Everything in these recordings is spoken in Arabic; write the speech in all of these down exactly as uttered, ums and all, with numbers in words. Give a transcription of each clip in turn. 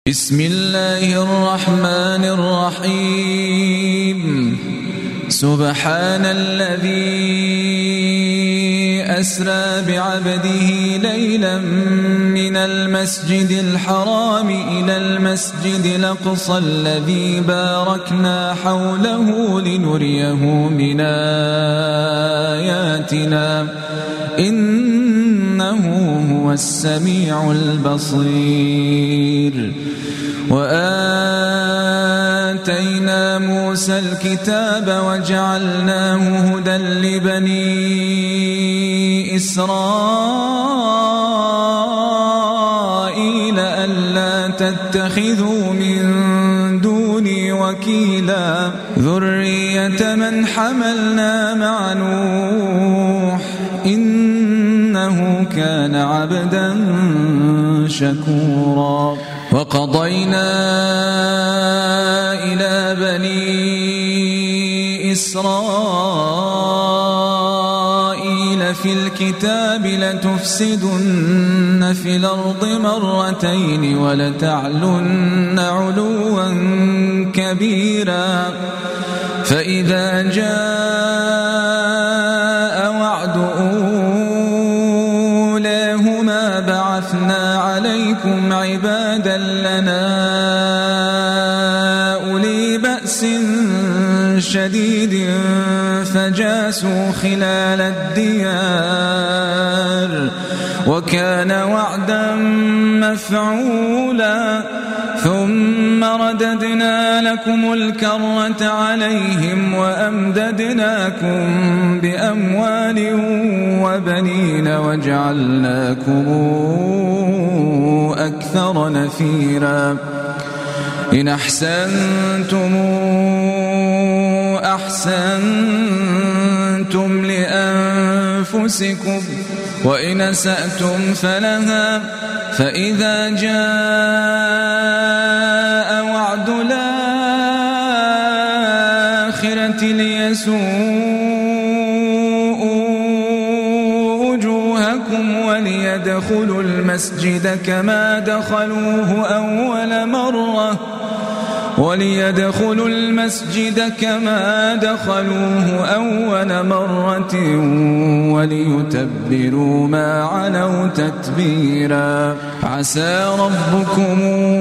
بسم الله الرحمن الرحيم. سبحان الذي أسرى بعبده ليلا من المسجد الحرام إلى المسجد الأقصى الذي باركنا حوله لنريه من آياتنا إنه هو السميع البصير. وآتينا موسى الكتاب وجعلناه هدى لبني إسرائيل ألا تتخذوا من دوني وكيلا ذرية من حملنا مع نوح إنه كان عبدا شكورا. وقضينا إلى بني إسرائيل في الكتاب لتفسدن في الأرض مرتين ولتعلن علوا كبيرا. فإذا جاء وعد أولاهما بعثنا عليكم عبادا لنا أولي بأس شديد فجاسوا خلال الديار وكان وعدا مفعولا. ثم رددنا لكم الكرة عليهم وأمددناكم بأموال وبنين وجعلناكم أكثر نفيرا. إن أحسنتم أحسنتم لأنفسكم وإن أسأتم فلها. فإذا جاء وعد الآخرة ليسوءوا وجوهكم وليدخلوا المسجد كما دخلوه أول مرة وليدخلوا المسجد كما دخلوه أول مرة وليتبروا ما علوا تتبيرا. عسى ربكم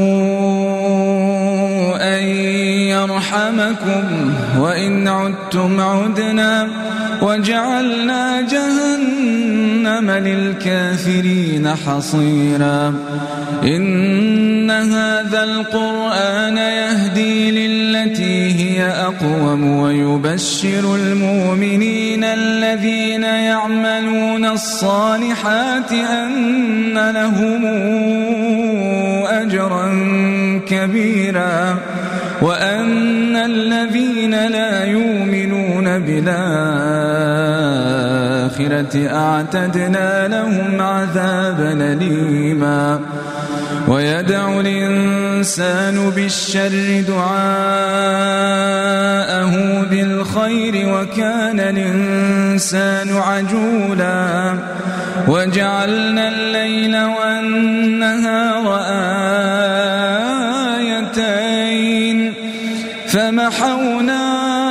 أن يرحمكم وإن عدتم عدنا وجعلنا جهنم للكافرين حصيرا. إن هذا القرآن يهدي للتي هي أقوم ويبشر المؤمنين الذين يعملون الصالحات أن لهم أجرا كبيرا وأن الذين لا يؤمنون بالآخرة أعتدنا لهم عذابا أليما. ويدعو الإنسان بالشر دعاءه بالخير وكان الإنسان عجولا. وجعلنا الليل والنهار آيتين فمحونا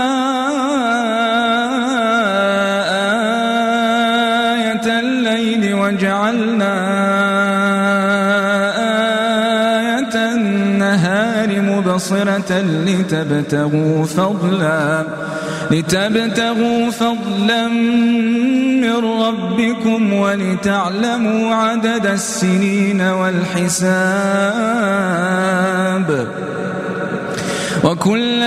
آية الليل وجعلنا آية النهار مبصرة لتبتغوا فضلا لتبتغوا فضلا من ربكم ولتعلموا عدد السنين والحساب وكل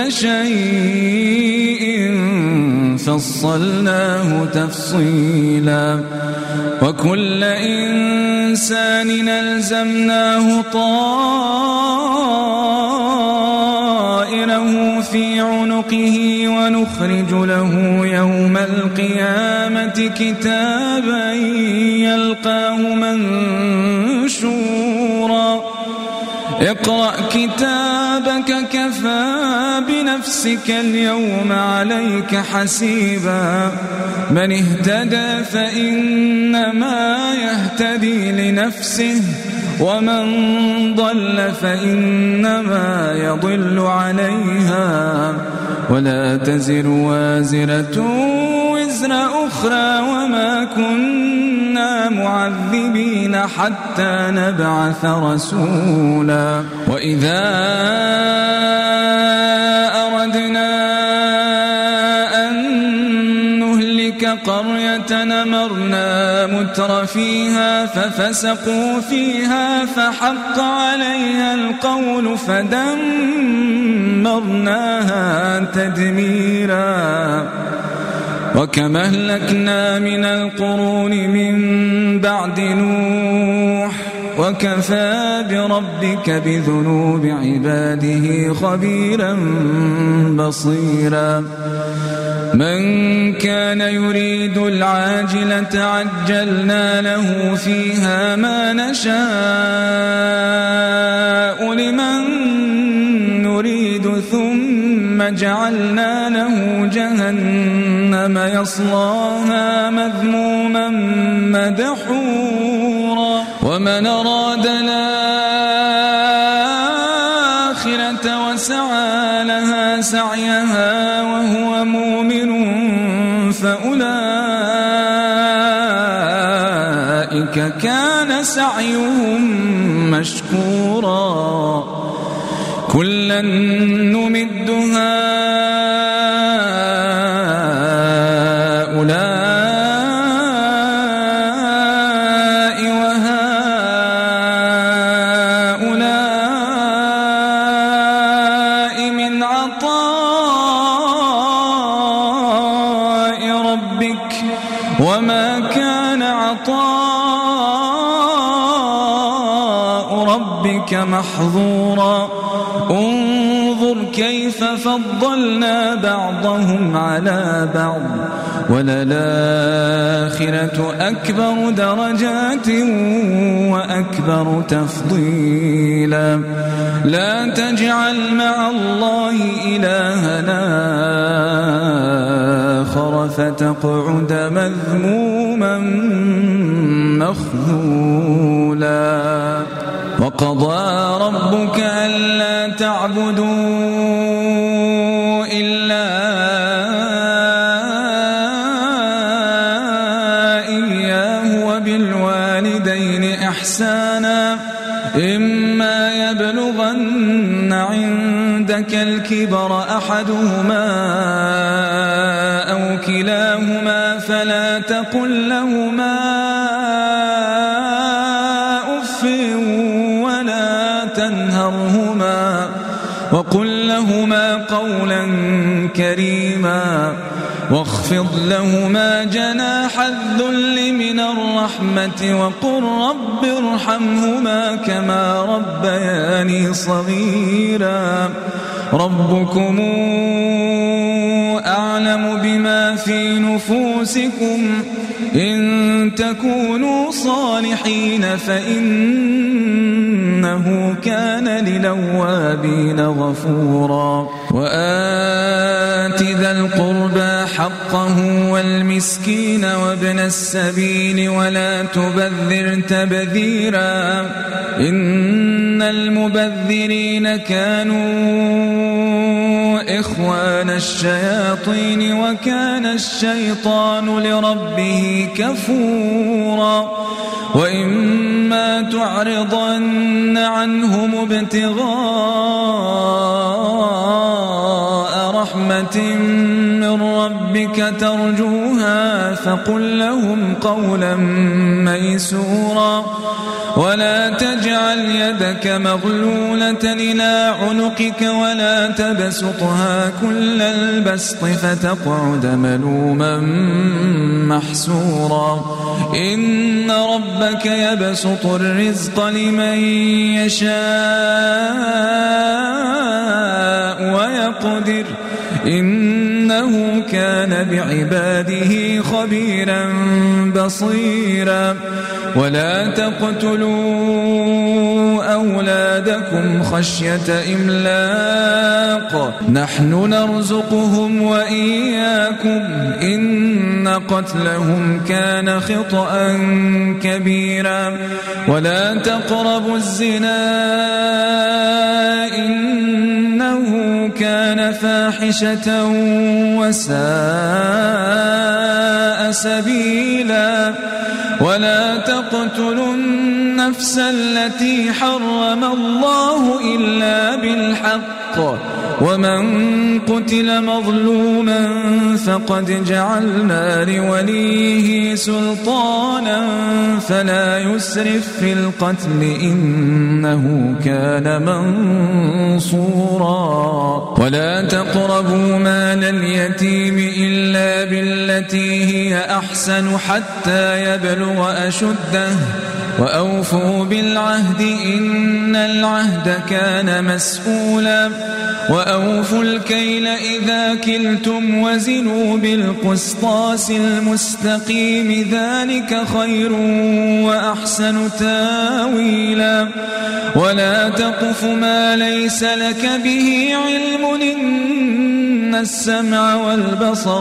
شيء فصلناه تفصيلا. وكل إنسان ألزمناه طائره في عنقه ونخرج له يوم القيامة كتابا يلقاه منشورا. اقرأ كتابك كفى بنفسك اليوم عليك حسيبا. من اهتدى فإنما يهتدي لنفسه ومن ضل فإنما يضل عليها ولا تزر وازرة وزر أخرى وما كنا معذبين حتى نبعث رسولا وإذا أردنا قرية نمرنا متر فيها ففسقوا فيها فحق عليها القول فدمرناها تدميرا وكما أهلكنا من القرون من بعد نوح وكفى بربك بذنوب عباده خبيرا بصيرا من كان يريد العاجلة عجلنا له فيها ما نشاء لمن نريد ثم جعلنا له جهنم يصلاها مذموما مدحورا ومن أراد الآخرة وسعى لها سعيها وهو مؤمن فأولئك كان سعيهم مشكورا كلا نمد هؤلاء وهؤلاء من عطاء ربك وما كان عطاء ربك محظورا انظر كيف فضلنا بعضهم على بعض وللآخرة أكبر درجات وأكبر تفضيلا لا تجعل مع الله إلهنا آخر فتقعد مذموما مخذولا وقضى ربك ألا تعبدوا إلا إياه وبالوالدين إحسانا إما يبلغن عندك الكبر أحدهما أو كلاهما فلا تقل لهما أف ولا تنهرهما وقل لهما قولا كريما واخفض لهما جناح الذل من الرحمة وقل رب ارحمهما كما ربياني صغيرا ربكم أعلم بما في نفوسكم إن تكونوا صالحين فإنه كان للأوابين غفورا وآت ذا القربى حقه والمسكين وابن السبيل ولا تبذر تبذيرا إن المبذرين كانوا إخوان الشياطين وكان الشيطان لربه كفورا وإما تعرضن عنهم ابتغاء رحمة من ربك ترجوها فقل لهم قولا ميسورا ولا تجعل يدك مغلولة إلى عنقك ولا تبسطها كل البسط فتقعد ملوما محسورا إن ربك يبسط الرزق لمن يشاء ويقدر إنه إنه كان بعباده خبيرا بصيرا ولا تقتلوا أولادكم خشية إملاق نحن نرزقهم وإياكم إن قتلهم كان خطأ كبيرا ولا تقربوا الزنا إنه كان فاحشة وساء سبيلا ولا تقتلوا النفس التي حرم الله إلا بالحق ومن قتل مظلوما فقد جعلنا لوليه سلطانا فلا يسرف في القتل إنه كان منصورا ولا تقربوا مال اليتيم إلا بالتي هي أحسن حتى يبلغ أشده وأوفوا بالعهد إن العهد كان مسؤولا وأوفوا الكيل إذا كلتم وزنوا بالقسطاس المستقيم ذلك خير وأحسن تاويلا ولا تقف ما ليس لك به علم إن السمع والبصر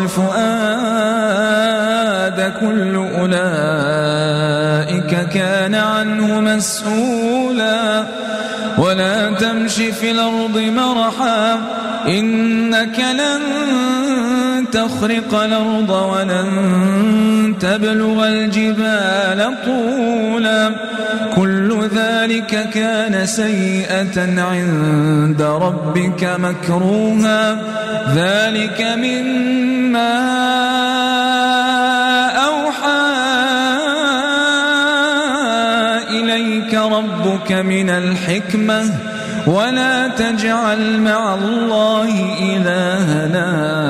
والفؤاد كل أولئك كان عنه مسؤولا ولا تمش في الأرض مرحا إنك لن تخرق الأرض ولن تبلغ الجبال طولا كل ذلك كان سيئة عند ربك مكروها ذلك مما ربك من الحكمة ولا تجعل مع الله إلهنا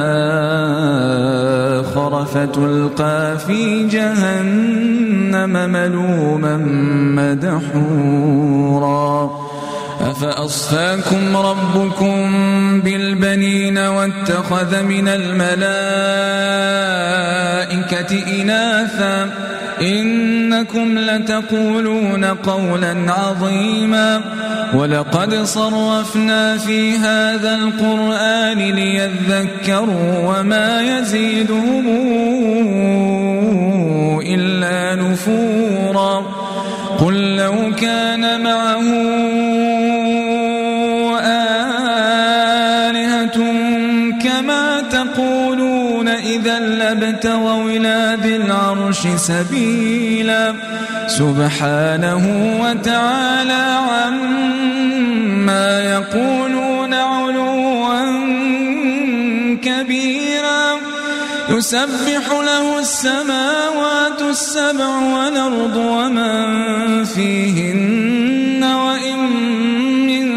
آخر فتلقى في جهنم ملوما مدحورا أفأصفاكم ربكم بالبنين واتخذ من الملائكة إناثا إنكم لتقولون قولا عظيما ولقد صرفنا في هذا القرآن ليذكروا وما يزيدهم إلا نفورا قل لو كان معه آلهة كما تقولون إذا لابتغوا إلى ذي العرش سبيلا سبحانه وتعالى عما يقولون علوا كبيرا يسبح له السماوات السبع والأرض ومن فيهن وإن من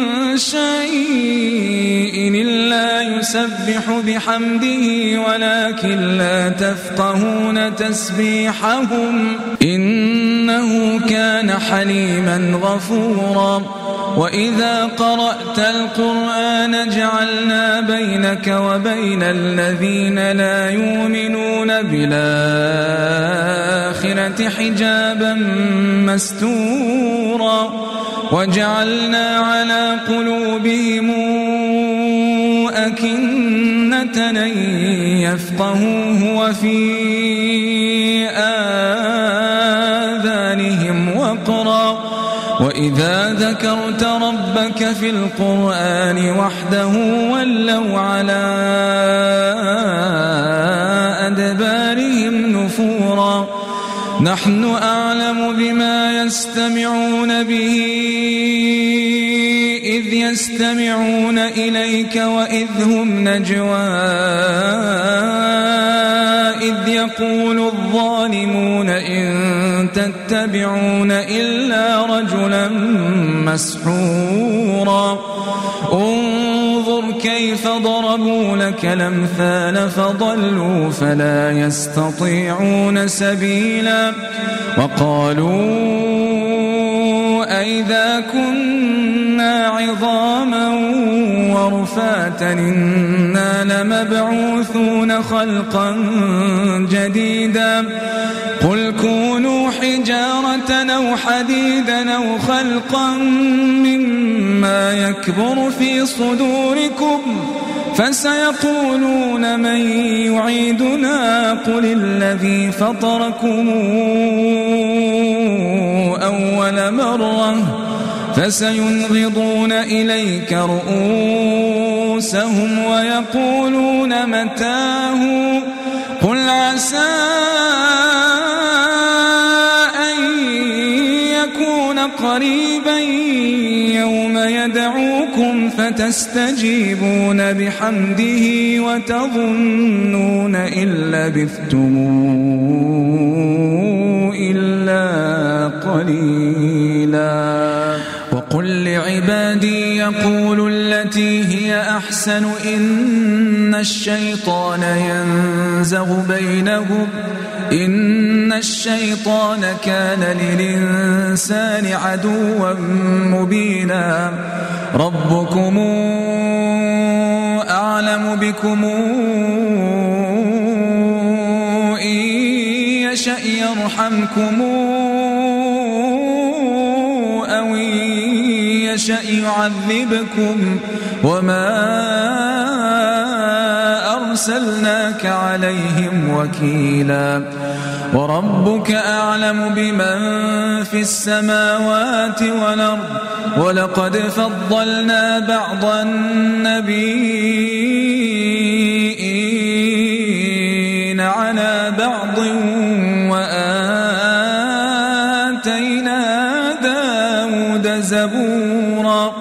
شيء إلا يسبح بحمده ولكن لا تفقهون تسبيحهم إنه كان حليما غفورا وإذا قرأت القرآن جعلنا بينك وبين الذين لا يؤمنون بالآخرة حجابا مستورا وجعلنا على قلوبهم أكنة أن يفقهوه وفي آذانهم وقرا وإذا ذكرت ربك في القرآن وحده ولوا على أدبارهم نفورا نحن أعلم بما يستمعون به إذ يستمعون إليك وإذ هم نجوى إذ يقول الظالمون إن تتبعون إلا رجلا مسحورا انظر كيف ضربوا لك الأمثال فضلوا فلا يستطيعون سبيلا وقالوا أئذا كنا عظاما ورفاتا إنا لمبعوثون خلقا جديدا قل كونوا حجارة أو حديدا أو خلقا مما يكبر في صدوركم فسيقولون من يعيدنا قل الذي فطركم أول مرة فسينغضون إليك رؤوسهم ويقولون متاه قل عسى أن يكون قريبا يوم يدعوكم فتستجيبون بحمده وتظنون إن لبثتم إلا قليلا وقل لعبادي يقولوا التي هي أحسن إن الشيطان ينزغ بينهم إن الشيطان كان للإنسان عدوا مبينا ربكم أعلم بكم إن يشأ يرحمكم أو إن يشأ يعذبكم وما أرسلناك عليهم وكيلا وربك أعلم بمن في السماوات والأرض ولقد فضلنا بعض النبيين على بعض وآتينا داود زبورا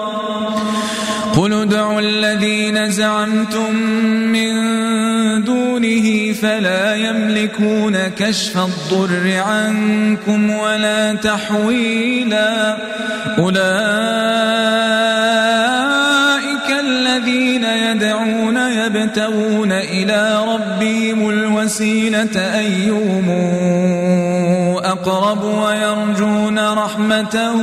قل ادعوا الذين زعمتم من دونه فلا يملكون كشف الضر عنكم ولا تحويلا أولئك الذين يدعون يبتغون إلى ربهم الوسيلة أيهم أقرب ويرجون رحمته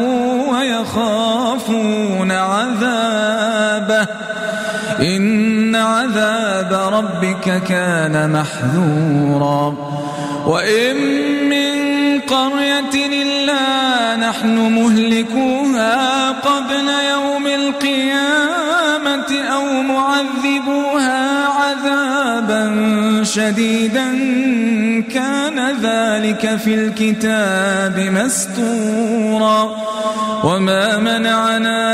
ويخافون عذابه إن عذاب ربك كان محذورا وإن من قرية إلا نحن مهلكوها قبل يوم القيامة أو معذبوها عذابا شديدا كان ذلك في الكتاب مسطورا وما منعنا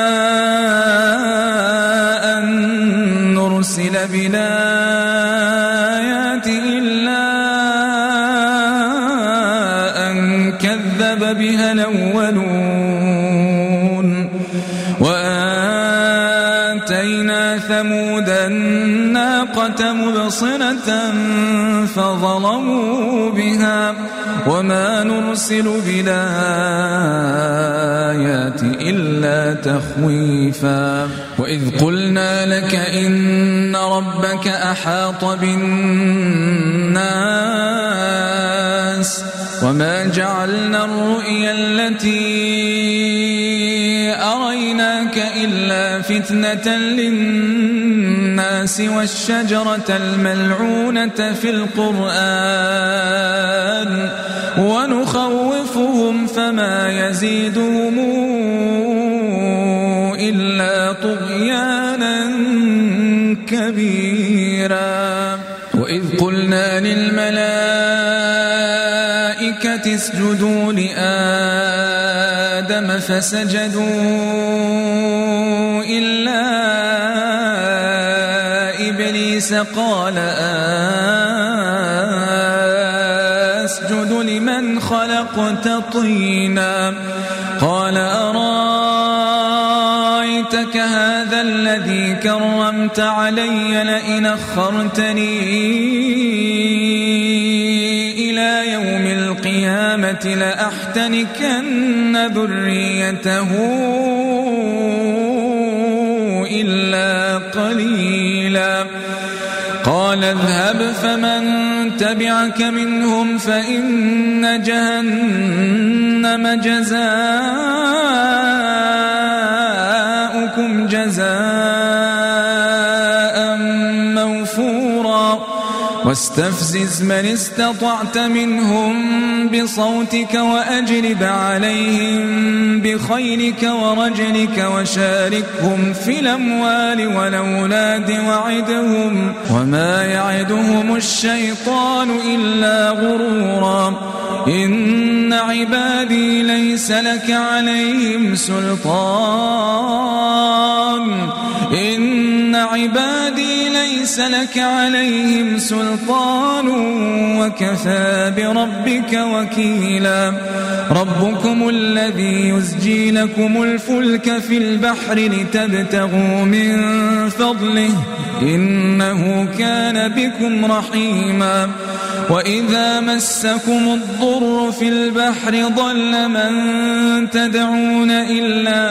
أن نرسل بالآيات إلا أن كذب بها الأولون وآتينا ثمود الناقة مبصرة فظلموا بها وما نرسل بالآيات إلا تخويفا وإذ قلنا لك إن ربك أحاط بالناس وما جعلنا الرؤيا التي أريناك إلا فتنة للناس والشجرة الملعونة في القرآن ونخوفهم فما يزيدهم إلا طغيانا كبيرا وإذ قلنا للملائكة اسجدوا لآدم فسجدوا إلا إبليس قال أسجد لمن خلقت طينا قال أرأيتك هذا الذي كرمت علي لئن أخرتني إلى يوم القيامة لأحتنكن ذريته إلا قليلا قال اذهب فمن تبعك منهم فإن جهنم جزاؤكم جزاء واستفزز من استطعت منهم بصوتك وأجلب عليهم بخيلك ورجلك وشاركهم في الأموال والأولاد وعدهم وما يعدهم الشيطان إلا غرورا إن عبادي ليس لك عليهم سلطان إن عبادي ليس لك عليهم سلطان وكفى بربك وكيلا ربكم الذي يزجي لكم الفلك في البحر لتبتغوا من فضله إنه كان بكم رحيما وإذا مسكم الضر في البحر ضل من تدعون إلا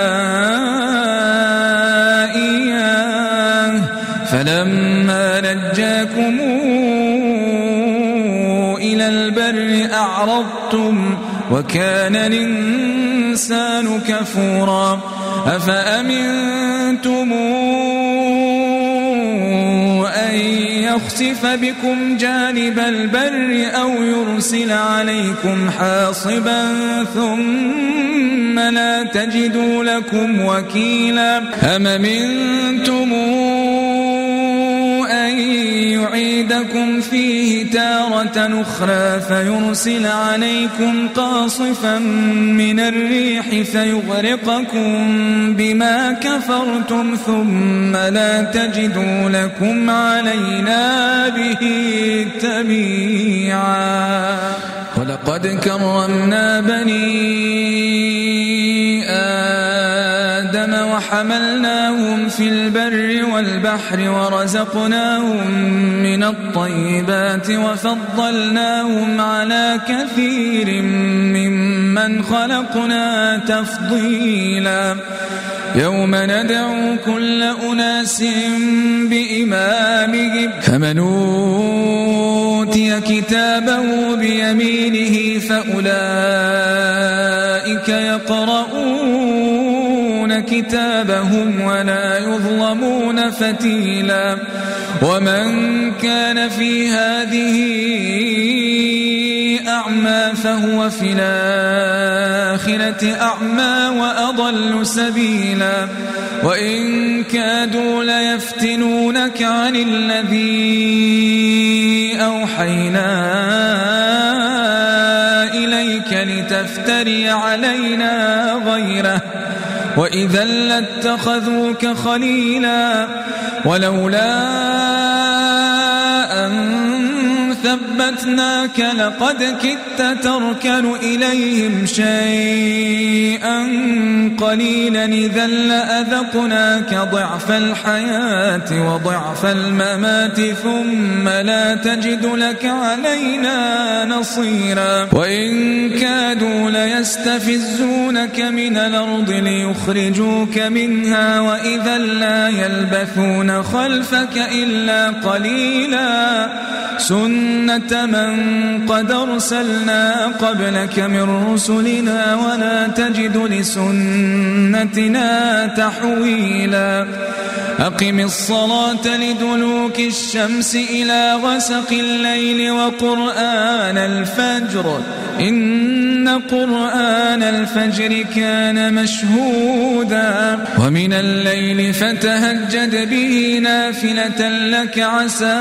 إياه فلما نجاكم إلى البر أعرضتم وكان الإنسان كفورا أفأمنتم أن يخسف بكم جانب البر أو يرسل عليكم حاصبا ثم لا تجدوا لكم وكيلا أم أمنتم أن يعيدكم فيه تارة أخرى فيرسل عليكم قاصفا من الريح فيغرقكم بما كفرتم ثم لا تجدوا لكم علينا به تبيعا ولقد كرمنا بني آدم وحملناهم في البر والبحر ورزقناهم من الطيبات وفضلناهم على كثير ممن خلقنا تفضيلا يوم ندعو كل أناس بإمامهم فمن أوتي كتابه بيمينه فأولئك يقرؤون كتابهم ولا يظلمون فتيلا ومن كان في هذه أعمى فهو في الآخرة أعمى وأضل سبيلا وإن كادوا ليفتنونك عن الذي أوحينا إليك لتفتري علينا غيره وإذا لاتخذوك خليلا ولولا أن ثبتناك لقد كدت تركن إليهم شيئا قليلا إذا لأذقناك ضعف الحياة وضعف الممات ثم لا تجد لك علينا نصيرا وإن كادوا ليستفزونك من الأرض ليخرجوك منها وإذا لا يلبثون خلفك إلا قليلا سنة من قد أرسلنا قبلك من رسلنا ولا تجد لسنتنا تحويلا أقم الصلاة لدلوك الشمس إلى غسق الليل وقرآن الفجر إن قرآن الفجر كان مشهودا ومن الليل فتهجد به نافلة لك عسى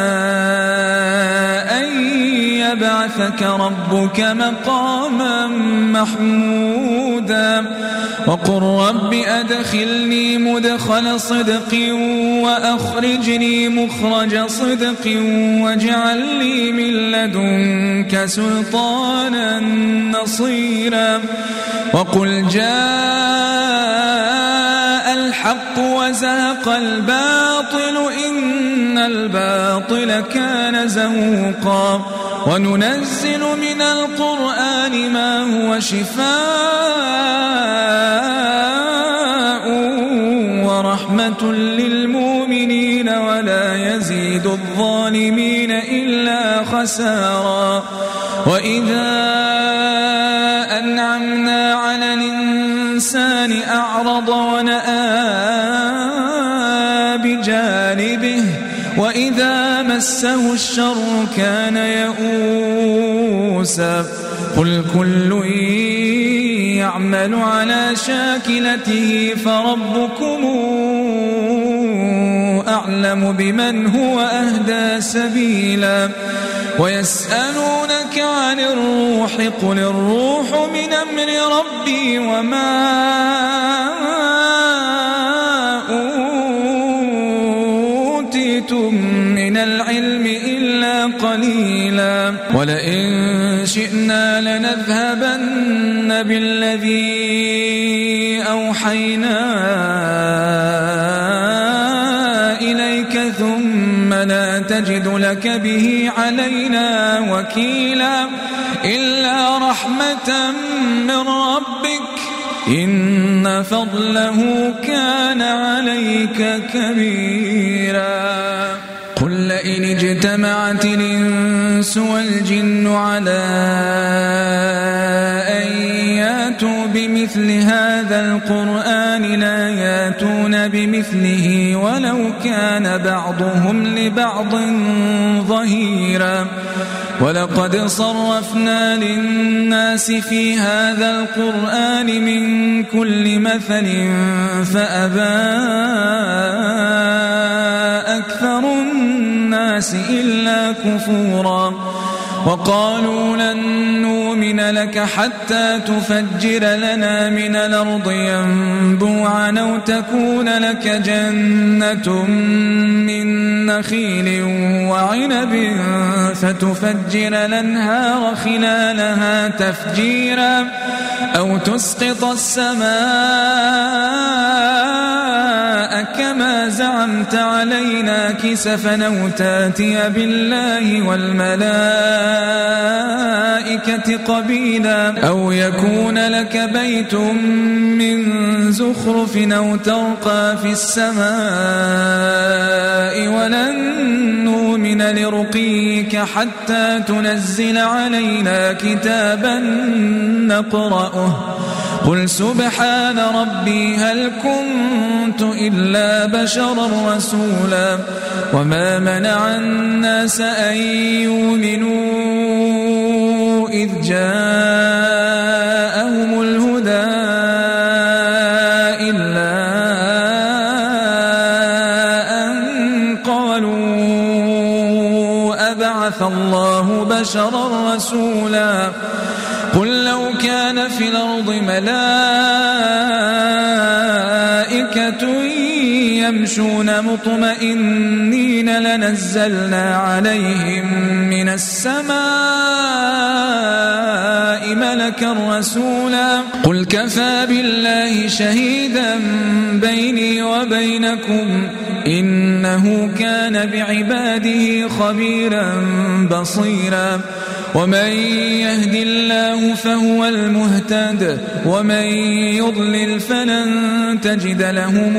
أن يبعثك ربك مقاما محمودا وقل رب أدخلني مدخل صدق وأخرجني مخرج صدق واجعل لي من لدنك سلطانا نصيرا وقل جاء الحق وزهق الباطل إن الباطل كان زهوقا وننزل من القرآن ما هو شفاء ورحمة للمؤمنين ولا يزيد الظالمين إلا خسارا وإذا أنعمنا على الإنسان أعرض ونأى بجانبه وإذا مسه الشر كان يئوسا قل كل يعمل على شاكلته فربكم أعلم بمن هو أهدى سبيلا ويسألونك عن الروح قل الروح من أمر ربي وما أوتيتم من العلم إلا قليلا ولئن شئنا لنذهبن بالذي أوحينا إليك ثم لا تجد لك به علينا وكيلا إلا رحمة من ربك إن فضله كان عليك كبيرا قل لئن اجتمعت الإنس والجن على أن ياتوا بمثل هذا القرآن لا ياتون بمثله ولو كان بعضهم لبعض ظهيرا ولقد صرفنا للناس في هذا القرآن من كل مثل فأبى أكثر الناس إلا كفورا وقالوا لن نؤمن لك حتى تفجر لنا من الأرض ينبوعا أو تكون لك جنة من نخيل وعنب فتفجر الأنهار خلالها تفجيرا أو تسقط السماء كما زعمت علينا كسفا أو تاتي بالله والملائكة قبيلا أو يكون لك بيت من زخرف أو ترقى في السماء ولن نؤمن لرقيك حتى تنزل علينا كتابا نقرأه قل سبحان ربي هل كنت إلا بشرا رسولا وما منع الناس أن يؤمنوا إذ جاءهم الهدى إلا أن قالوا أبعث الله بشرا رسولا قل لو كان في الأرض ملائكة يمشون مطمئنين لنزلنا عليهم من السماء ملكا رسولا قل كفى بالله شهيدا بيني وبينكم إنه كان بعباده خبيرا بصيرا ومن يهد الله فهو المهتد ومن يضلل فلن تجد لهم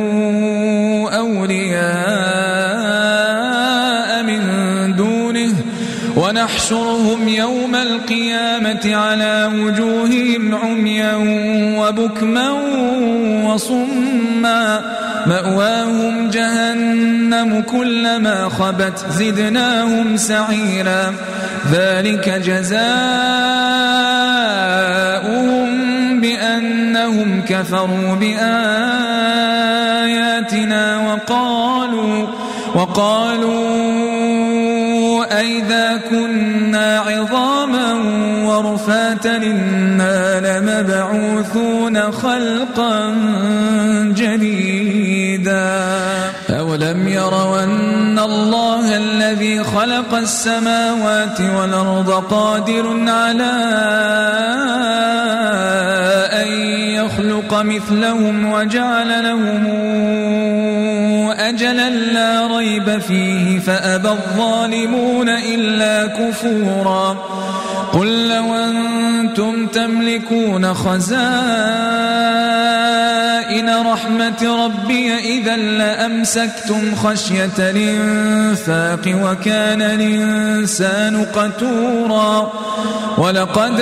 أولياء من دونه ونحشرهم يوم القيامة على وجوههم عميا وبكما وصما مأواهم جهنم كلما خبت زدناهم سعيرا ذلك جزاؤهم بأنهم كفروا بآياتنا وقالوا وقالوا أئذا كنا عظاما ورفاتا إنا لمبعوثون خلقا جديدا أولم يروا أن الله الذي خلق السماوات والأرض قادر على أن يخلق مثلهم وجعل لهم أجلا لا ريب فيه فأبى الظالمون إلا كفورا قل لو أنتم تملكون خزائن رحمة ربي إذا لأمسكتم خشية الإنفاق وكان الإنسان قتورا ولقد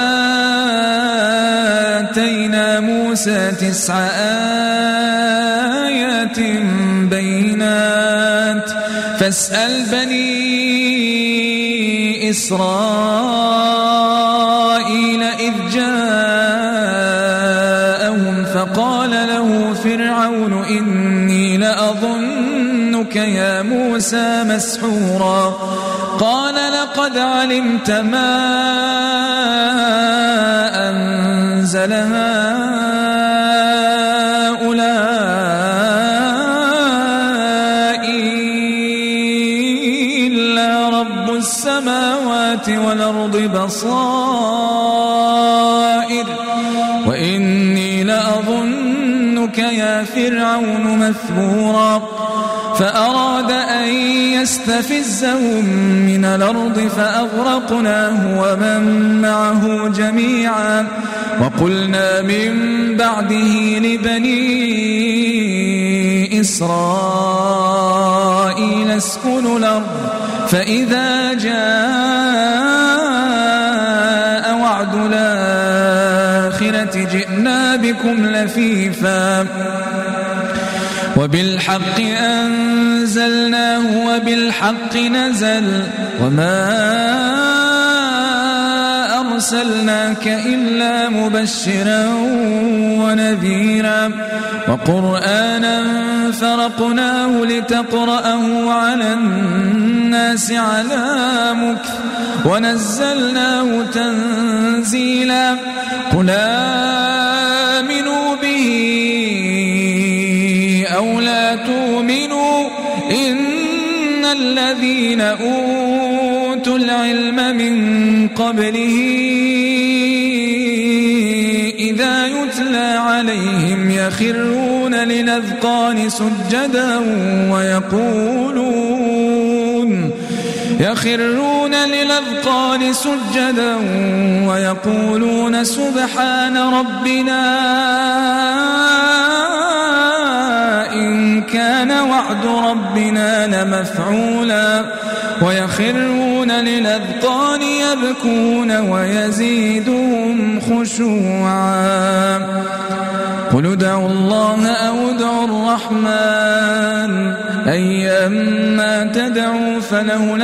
آتينا موسى تسع آيات بينات فاسأل بني إسرائيل إذ جاءهم فقال له فرعون إني لأظنك يا موسى مسحورا قال لقد علمت ما أنزل هؤلاء إلا رب السماوات والأرض بصائر وإني لأظنك يا فرعون مثبورا فأراد أن يستفزهم من الأرض فأغرقناه ومن معه جميعا وقلنا من بعده لبني إسرائيل اسكنوا الأرض فإذا جاء وعد الآخرة جئنا بكم لفيفا وبالحق أنزلناه وبالحق نزل وما أرسلناك إلا مبشرا ونذيرا وقرآنا فرقناه لتقرأه على الناس على مكث ونزلناه تنزيلا قل آمنوا به أو لا تؤمنوا إن الذين أوتوا العلم من قبله إذا يتلى عليهم يخرون للأذقان سجدا ويقولون يخرون للأذقان سجدا ويقولون سبحان ربنا إن كان وعد ربنا لمفعولا ويخرون للأذقان يبكون ويزيدهم خشوعا قل ادعوا الله أو ادعوا الرحمن أيما تدعوا فله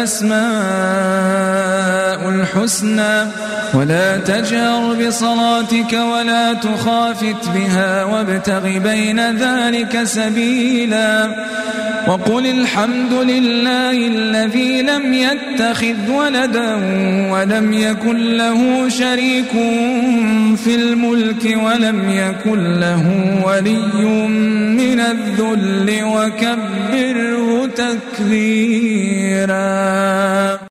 الأسماء الحسنى ولا تجهر بصلاتك ولا تخافت بها وابتغ بين ذلك سبيلا وقل الحمد لله الذي لم يتخذ ولدا ولم يكن له شريك في الملك ولم يكن له ولي من الذل وكبره تكبيرا.